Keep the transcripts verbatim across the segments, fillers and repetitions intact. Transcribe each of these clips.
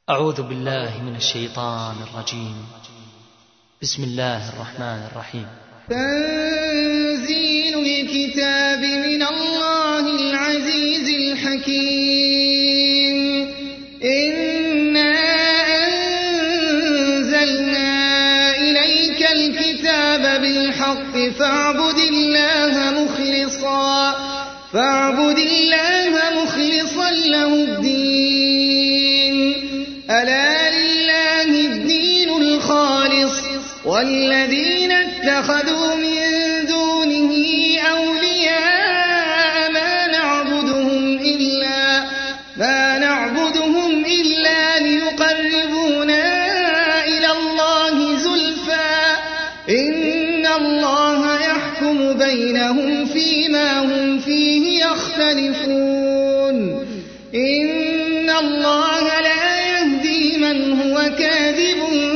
أعوذ بالله من الشيطان الرجيم. بسم الله الرحمن الرحيم. تنزيل الكتاب من الله العزيز الحكيم. إنا أنزلنا إليك الكتاب بالحق فاعبد الله مخلصا فاعبد الله مخلصا له الدين. ألا لله الدين الخالص والذين اتخذوا من دونه أولياء ما نعبدهم إلا ما نعبدهم إلا ليقربونا إلى الله زلفى إن الله يحكم بينهم فيما هم فيه يختلفون. إن الله لا يهدي من هو كاذب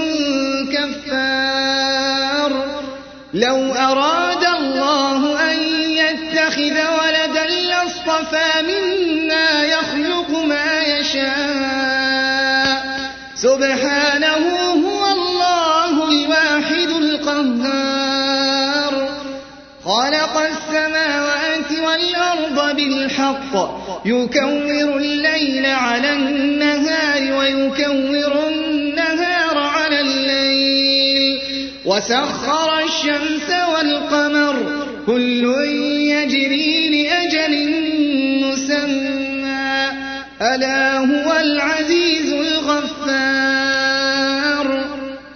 كفار. لو أراد الله أن يتخذ ولدا لاصطفى مما يخلق ما يشاء سبحانه هو الله الواحد القهار. خلق السماوات والأرض بالحق يكور الليل على النهار ويكور النهار على الليل وسخر الشمس والقمر كل يجري لأجل مسمى ألا هو العزيز الغفار.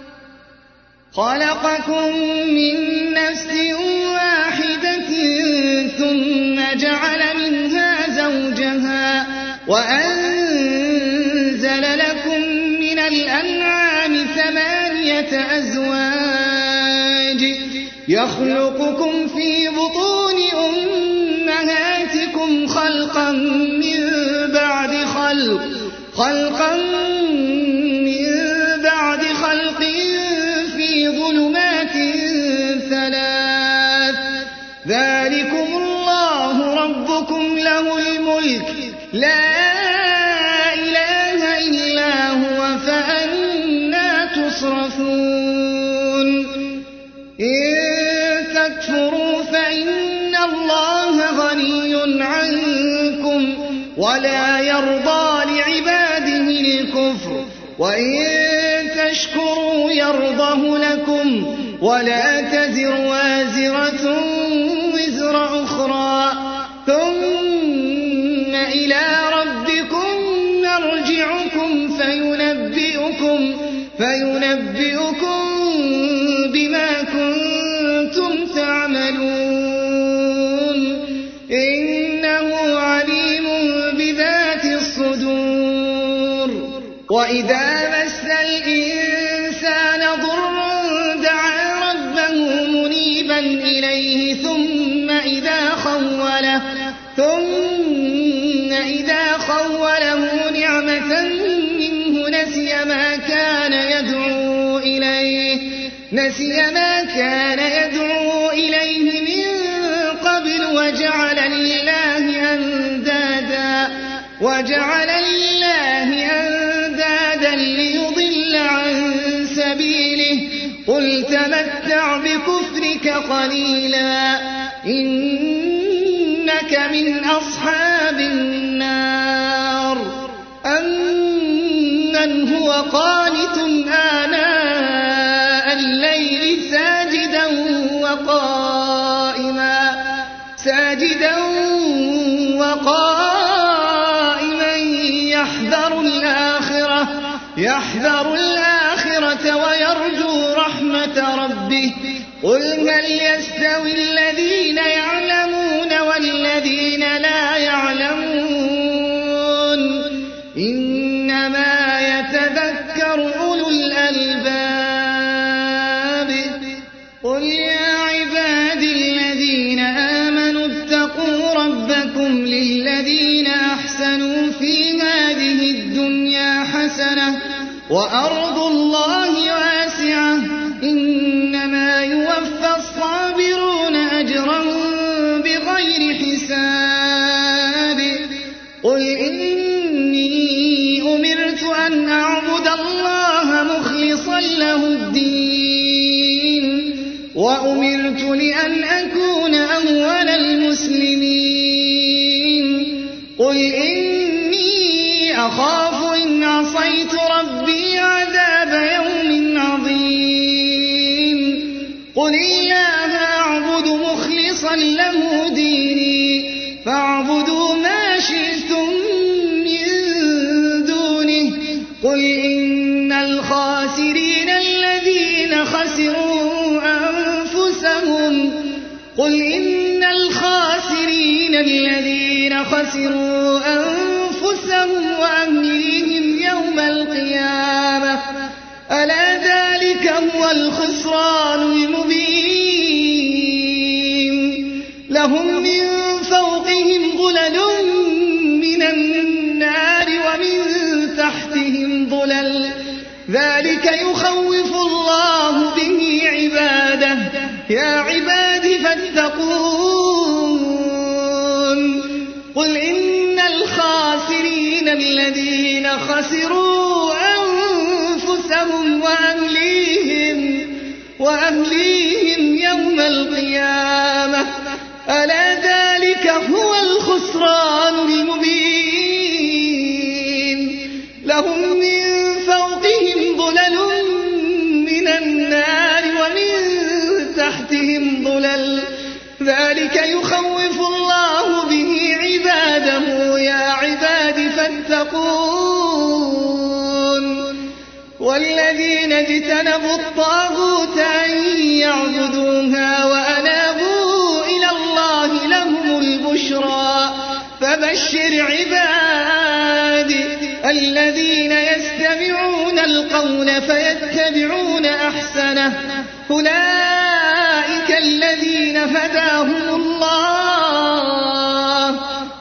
خلقكم من نفس واحدة ثم جعل منها زوجها وأنزل لكم من الأنعام ثمانية أزواج يخلقكم في بطون أمهاتكم خلقا من بعد خلق خلقا من بعد خلق في ظلمات ثلاث ذلكم الله ربكم له الملك لا إله إلا هو فأنى تصرفون. إن تكفروا فإن الله غني عنكم ولا يرضى لعباده الكفر وإن تشكروا يرضه لكم ولا تزر وازرة وزر أخرى ثم إلى ربكم نرجعكم فينبئكم فينبئكم بما كنتم تعملون. إنه عليم بذات الصدور. وإذا مس الإنسان ضر دعا ربه منيبا إليه ثم إذا خوله ثم إذا خوله نعمة منه نسي ما كان يدعو إليه نسي ما كان يدعو إليه من قبل وجعل لله أندادا وجعل لله أندادا ليضل عن سبيله قل تمتع بكفرك قليلا إنك من أصحاب النار. أمن هو قانت آناء الليل ساجدا وقائما ساجدا وقائما يحذر الآخرة يحذر الآخرة ويرجو رحمة ربه قل هل يستوي الذين يعلمون والذين لا يعلمون إنما يتذكر أولو الألباب. قل يا عبادي الذين آمنوا اتقوا ربكم للذين أحسنوا في هذه الدنيا حسنة وأرض الله واسعة إنما يوفى الصابرون أجرهم بغير حساب. قل إني أمرت أن أعبد له الدين وأمرت لأن أكون أول المسلمين قل إني أخاف إن عصيت ربي عذاب يوم عظيم قل الله أعبد مخلصا له ديني فاعبدوا ما شئتم من دونه قل إن الخاسرين الذين خسروا أنفسهم قل إن الخاسرين الذين خسروا أنفسهم وأهليهم يوم القيامة ألا ذلك هو الخسران المبين لهم من فوقهم ظلل من النار ومن تحتهم ظلل ذلك يخوف الله به عباده يا عباد فاتقون قل إن الخاسرين الذين خسروا أنفسهم وأهليهم وأهليهم يوم القيامة ألا ذلك هو الخسران المبين لهم من فوقهم ظلل من النار ومن تحتهم ظلل ذلك يخوف الله به عباده يا عباد فاتقون والذين اجتنبوا الطاغوت أن يعبدوها وأنابوا إلى الله لهم البشرى فبشر عبادي الذين يستمعون القول فيتبعون أحسنه أولئك الذين هداهم الله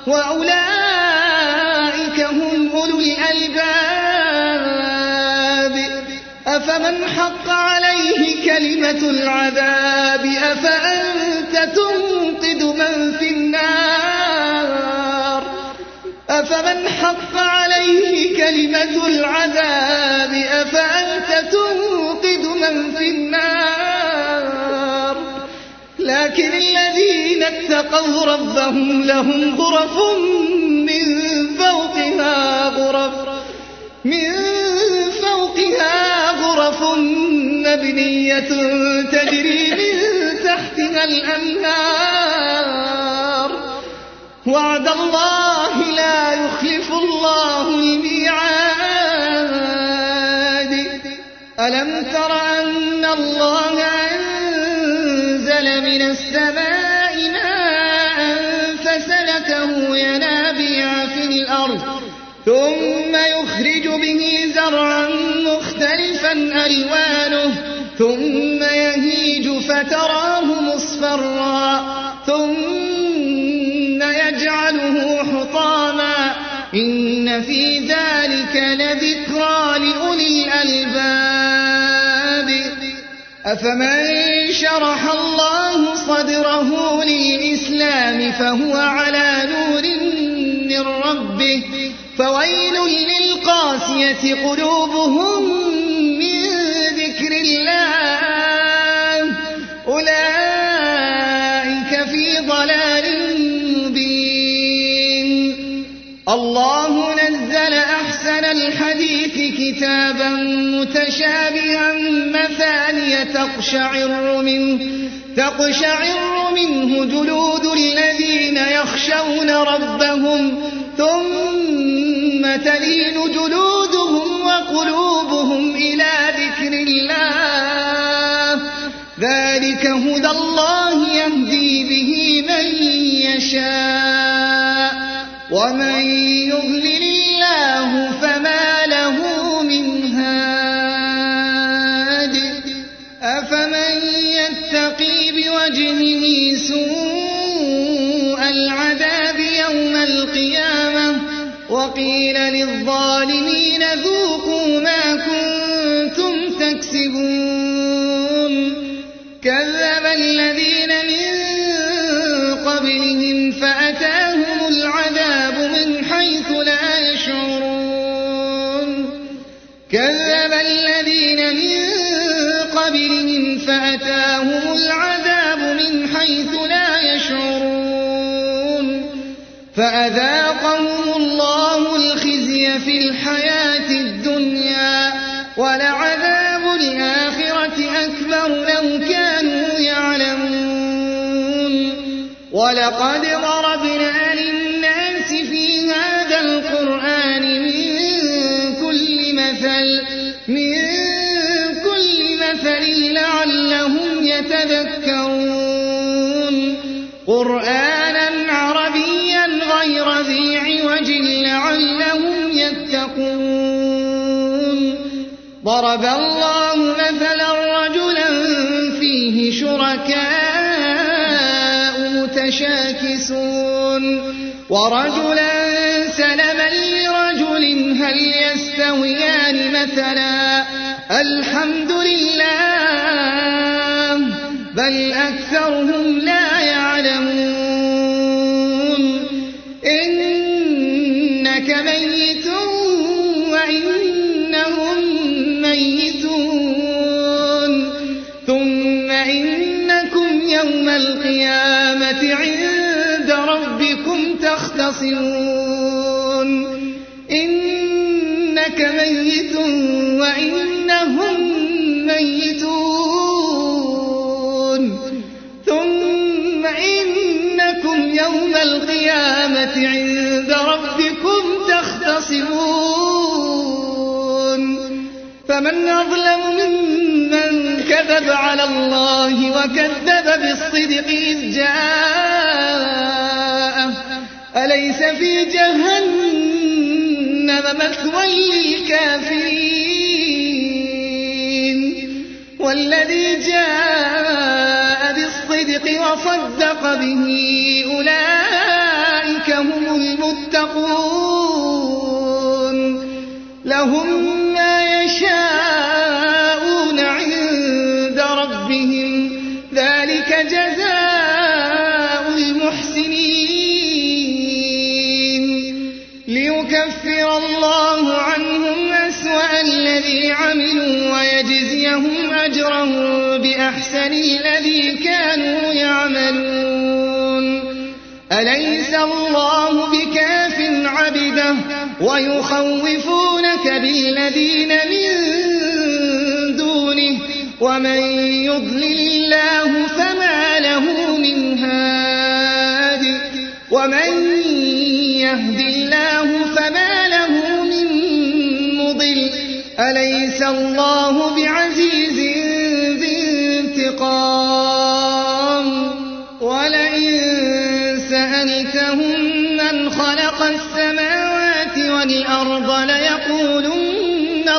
وأولئك هم أولو الألباب أفمن حق عليه كلمة العذاب أفأنت تنقذ من في النار أفمن حق عليه كلمة العذاب أفأنت تنقذ من في النار لكن الذين اتقوا ربهم لهم غرف من فوقها غرف من فوقها غرف مبنية تجري من تحتها الأنهار وعد الله لا يخلف الله الميعاد ألم تر أن الله أنزل من السماء ماء فسلكه ينابيع في الأرض ثم يخرج به زرعا مختلفا ألوانه ثم يهيج فتراه مصفرا ثم يجعله حطاما إن في ذلك لذكرى لأولي الألباب أفمن شرح الله صدره للإسلام فهو على نور من ربه فويل للقاسية قلوبهم من ذكر الله أولئك في ضلال مبين الله نزل أحسن الحديث كتابا متشابها مثانية تقشعر منه تقشعر منه جلود الذين يخشون ربهم ثم تلين جلودهم وقلوبهم إلى ذكر الله ذلك هدى الله يهدي به من يشاء ومن يضلل الله فما له من هاد أفمن يتقي بوجهه سوء العذاب يوم القيامة وقيل للظالمين ذوقوا ما كنتم تكسبون كذب الذين من قبلهم فأتاهم العذاب من حيث لا يشعرون كذب الذين من قبلهم فأتاهم العذاب من حيث لا يشعرون فأذاقهم الله الخزي في الحياة الدنيا ولعذاب الآخرة أكبر لو كانوا يعلمون ولقد ضربنا للناس في هذا القرآن من كل مثل من كل مثل لعلهم يتذكرون قرآنا عربيا غير ذي عوج لعلهم يتقون ضرب الله مثلا رجلا فيه شركاء متشاكسون ورجلا سلما لرجل هل يستويان مثلا الحمد لله بل أكثرهم لا يعلمون إنك ميت وإنهم ميتون ثم إنكم يوم القيامة عند ربكم تختصمون إنك ميت وإنهم ميتون ثم إنكم يوم القيامة عند ربكم تختصمون فمن أظلم ممن كذب على الله وكذب بالصدق إذ جاءه أليس في جهنم مثوى للكافرين والذي جاء بالصدق وصدق به أولئك هم المتقون لهم ما يشاءون عند ربهم ذلك جزاء المحسنين ليكفر الله عنهم أسوأ الذي عملوا ويجزيهم أجرهم بأحسن الذي كانوا يعملون أليس الله بكاف عبده ويخوفونك بالذين من دونه ومن يضلل الله فما له من هاد ومن يهد الله فما له من مضل أليس الله بعزيز ذي انتقام ولئن سألتهم من خلق السماوات والأرض ليقولن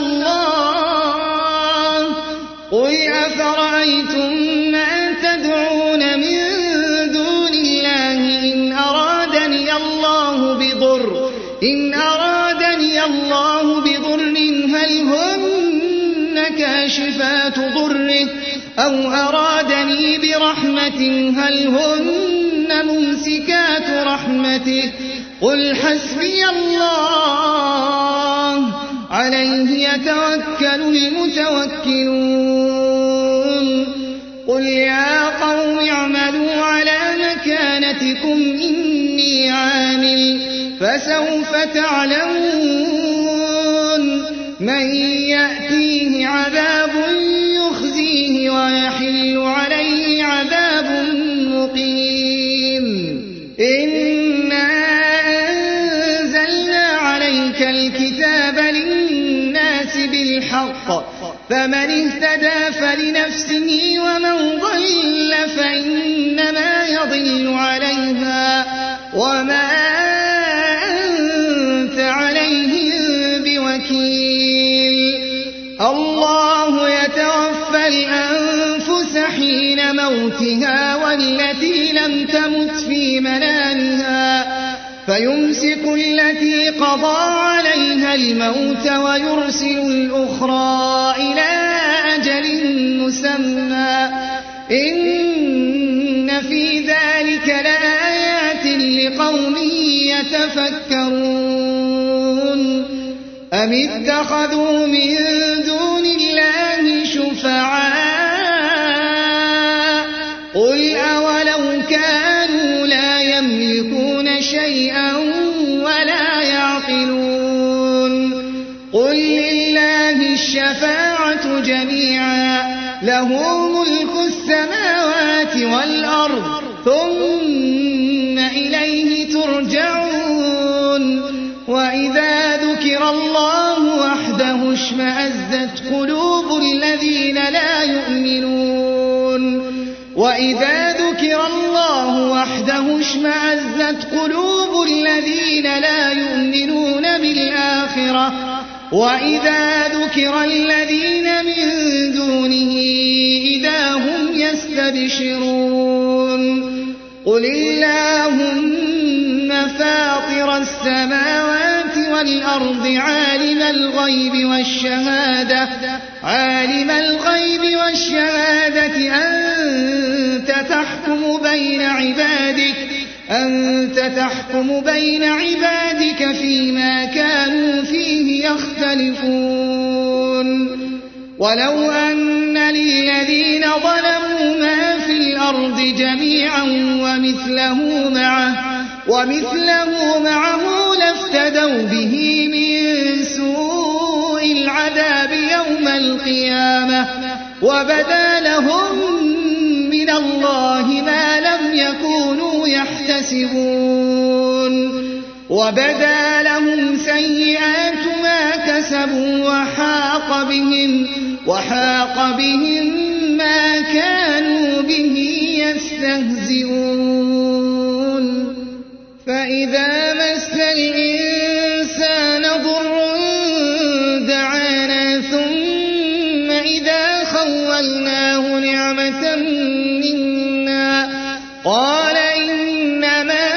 الله قل أفرأيتم ما تدعون من دون الله إن أرادني الله بضر إن أرادني الله بضر هل هن كاشفات ضره أو أرادني برحمة هل هن ممسكات رحمته قل حسبي الله عليه يتوكل المتوكلون قل يا قوم اعملوا على مكانتكم إني عامل فسوف تعلمون من يأتيه عذاب يخزيه ويحل عليه عذاب مقيم إنا أنزلنا عليك الكتاب للناس بالحق فمن اهتدى فلنفسه ومن ضل فإنما يضل عليها وما أنت عليهم بوكيل الله يتوفى الأنفس حين موتها والتي لم تمت في منامها فيمسك التي قضى عليها الموت ويرسل الأخرى إلى أجل مسمى إن في ذلك لآيات لقوم يتفكرون أم اتخذوا من دون الله شفعاء قل أولو كانوا لا يملكون شيئا ولا يعقلون قل لله الشفاعة جميعا له ملك السماوات والأرض ثم إليه ترجعون وإذا ذكر الله وحده اشمأزت قلوب الذين لا يؤمنون وإذا ذكر الله وحده اشمأزت قلوب الذين لا يؤمنون بالآخرة وإذا ذكر الذين من دونه إذا هم يستبشرون قل اللهم فاطر السماوات والأرض عالم الغيب والشهادة عالم الغيب والشهادة أنت تحكم بين عبادك أنت تحكم بين عبادك فيما كانوا فيه يختلفون ولو أن للذين ظلموا ما في الأرض جميعا ومثله معه ومثله معه لافتدوا به من سوء العذاب يوم القيامة وبدا لهم من الله ما لم يكونوا يحتسبون وبدا لهم سيئات ما كسبوا وحاق بهم وحاق بهم ما كانوا به يستهزئون فإذا مس الإنسان ضر دعانا ثم إذا خولناه نعمة منا قال إنما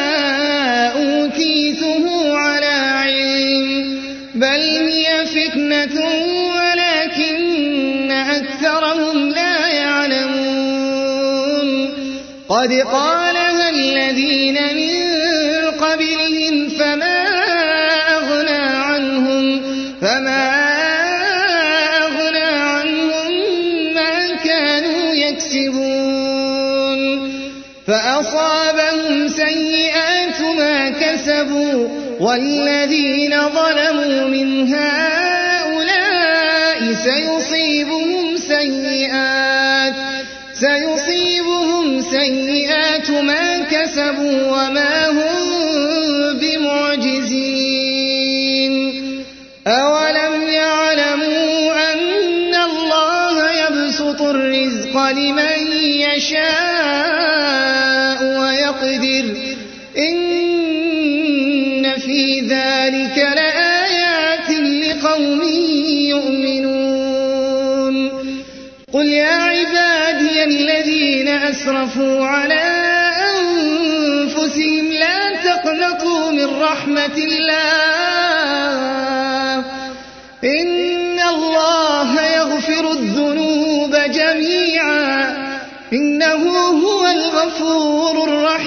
أوتيته على علم بل هي فتنة ولكن أكثرهم لا يعلمون قد قالها الذين من قبلهم فما أغنى عنهم فما أغنى عنهم ما كانوا يكسبون فأصابهم سيئات ما كسبوا والذين ظلموا من هؤلاء سيصيبهم سيئات سيصيبهم سيئات ما كسبوا وما هم بمعجزين أولم يعلموا أن الله يبسط الرزق لمن يشاء ويقدر إن في ذلك لآيات لقوم يؤمنون قل يا عبادي الذين أسرفوا على أنفسهم لا تقنطوا من رحمة الله إن الله يغفر الذنوب جميعا إنه هو الغفور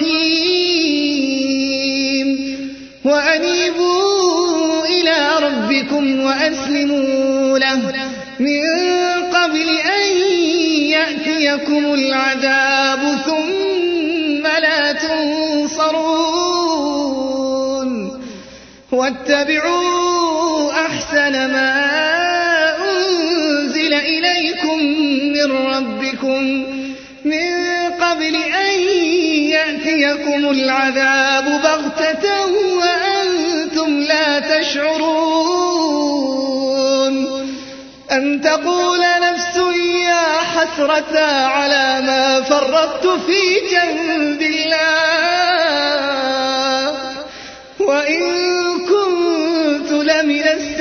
الرحيم وأنيبوا إلى ربكم وأسلموا له من قبل أن يأتيكم العذاب ثم لا تنصرون واتبعوا أحسن ما أنزل إليكم من ربكم من قبل أن يأتيكم العذاب بغتة وأنتم لا تشعرون أن تقول نفس يا حسرة على ما فرطت في جنب الله وإن كنت لمن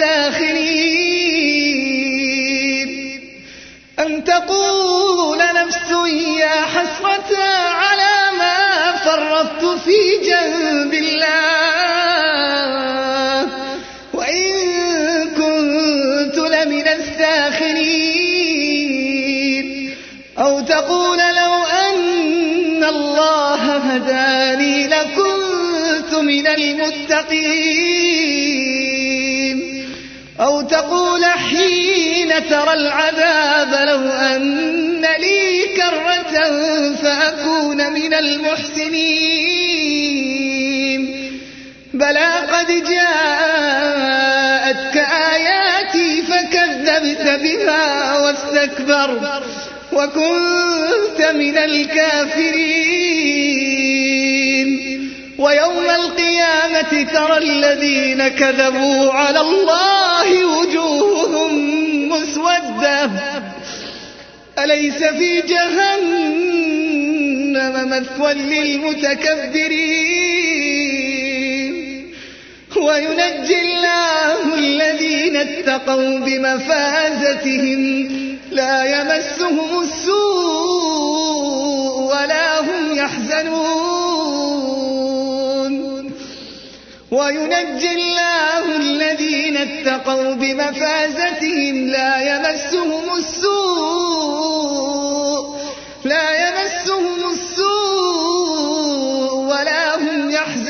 الساخرين أن تقول نفس يا حسرة على ما فرطت في جنب الله وإن كنت لمن الساخرين أو تقول لو أن الله هداني لكنت من المتقين أو تقول حين ترى العذاب لو أن لي كرة فأكون من المحسنين بلى قد جاءتك آياتي فكذبت بها واستكبرت وكنت من الكافرين ويوم القيامة ترى الذين كذبوا على الله وجوههم مسودة أليس في جهنم مثوى للمتكبرين وينجي الله الذين اتقوا بمفازتهم لا يمسهم السوء ولا هم يحزنون وينجي الله الذين اتقوا بمفازتهم لا يمسهم السوء لا يمسهم السوء ولا هم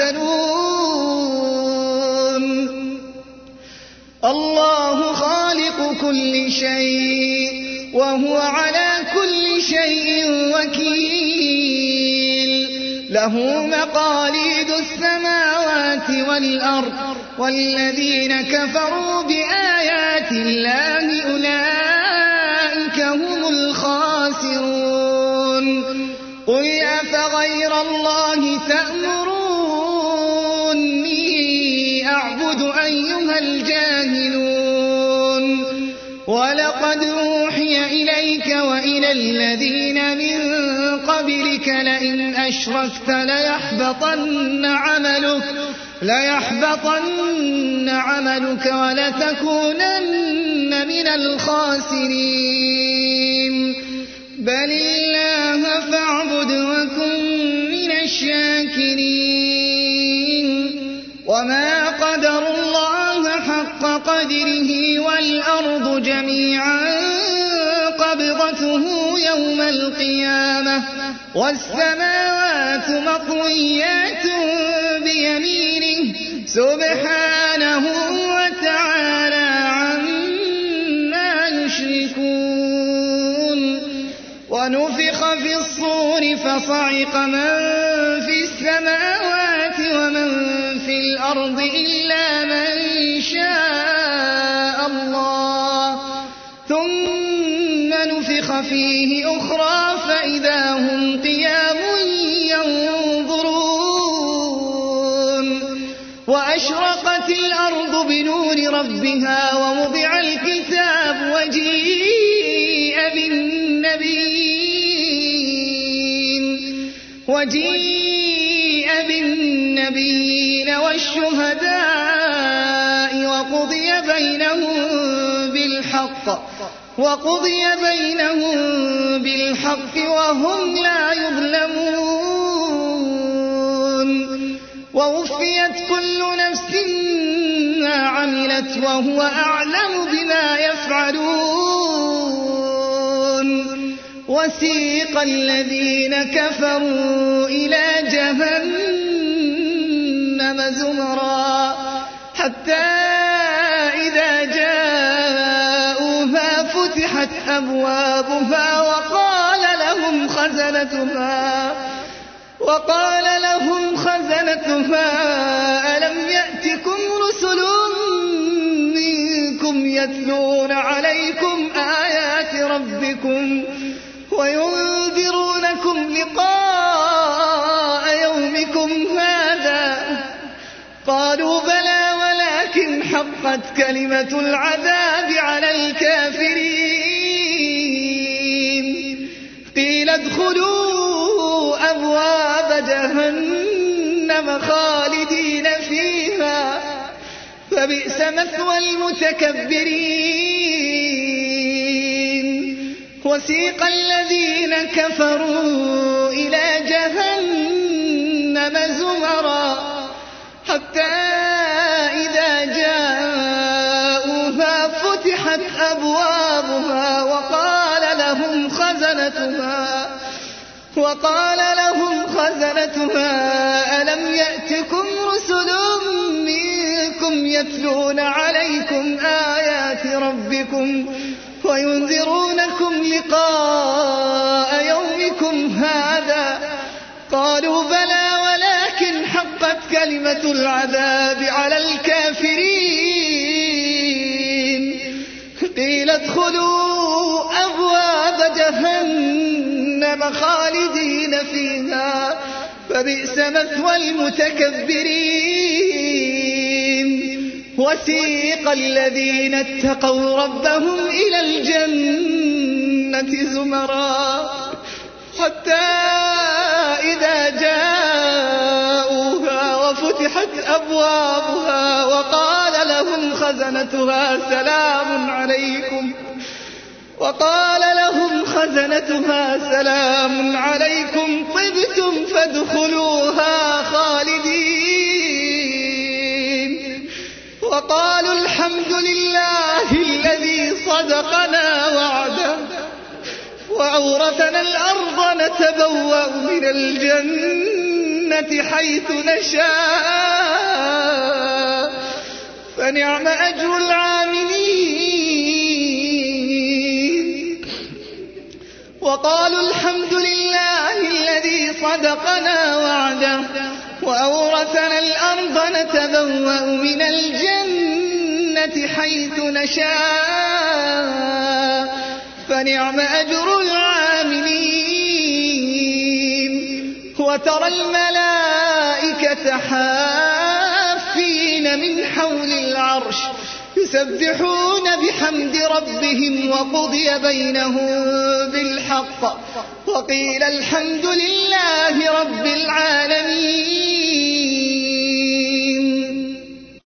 يحزنون الله خالق كل شيء وهو على كل شيء وكيل له مقاليد السماوات والأرض والذين كفروا بآيات الله أولئك هم الخاسرون قل أفغير الله تأمروني أعبد أيها الجاهلون ولقد أوحي إليك وإلى الذين من قبلك لئن أشركت ليحبطن عملك ليحبطن عملك ولتكونن من الخاسرين بل الله فاعبد وكن من الشاكرين وما قدروا الله حق قدره والأرض جميعا قبضته يوم القيامة والسماوات مطويات بيمينه سبحانه وتعالى عما يشركون ونفخ في الصور فصعق من في السماوات ومن في الأرض إلا من شاء الله ثم نفخ فيه أخرى فإذا هم قيام ينظرون وأشرقت الأرض بنور ربها ووضع الكتاب وجيء بالنبيين وجيء بالنبيين والشهداء وقضي بينهم بالحق وقضي بينهم بالحق وهم لا يظلمون ووفيت كل نفس ما عملت وهو أعلم بما يفعلون وسيق الذين كفروا إلى جهنم زمرا حتى إذا جاءوها فتحت أبوابها وقال لهم خزنتها وقال لهم خزنتها ألم يأتكم رسل منكم يتلون عليكم آيات ربكم وينذرونكم لقاء يومكم هذا قالوا بلى ولكن حقت كلمة العذاب على الكافرين قيل ادخلوا أبواب جهنم خالدين فيها فبئس مثوى المتكبرين وسيق الذين كفروا إلى جهنم زمرا حتى إذا جاءوها فتحت أبوابها وقال لهم خزنتها وقال لهم خزنتها ألم يأتكم رسل منكم ملائكتهم يتلون عليكم آيات ربكم وينذرونكم لقاء يومكم هذا؟ قالوا بلى ولكن حقت كلمة العذاب على الكافرين. قيل ادخلوا أبواب جهنم خالدين فيها فبئس مثوى المتكبرين. وسيق الذين اتقوا ربهم إلى الجنة زمرا حتى إذا جاءوها وفتحت أبوابها وقال لهم خزنتها سلام عليكم وقال لهم خزنتها سلام عليكم طبتم فادخلوها خالدين. وقالوا الحمد لله الذي صدقنا وعده وأورثنا الأرض نتبوأ من الجنة حيث نشاء فنعم أجر العاملين. وقالوا الحمد لله الذي صدقنا وعده وأورثنا الأرض نتبوأ من الجنة حيث نشاء فنعم أجر العاملين. وترى الملائكة حافين من حول العرش يسبحون بحمد ربهم وقضي بينهم بالحق وقيل الحمد لله رب العالمين.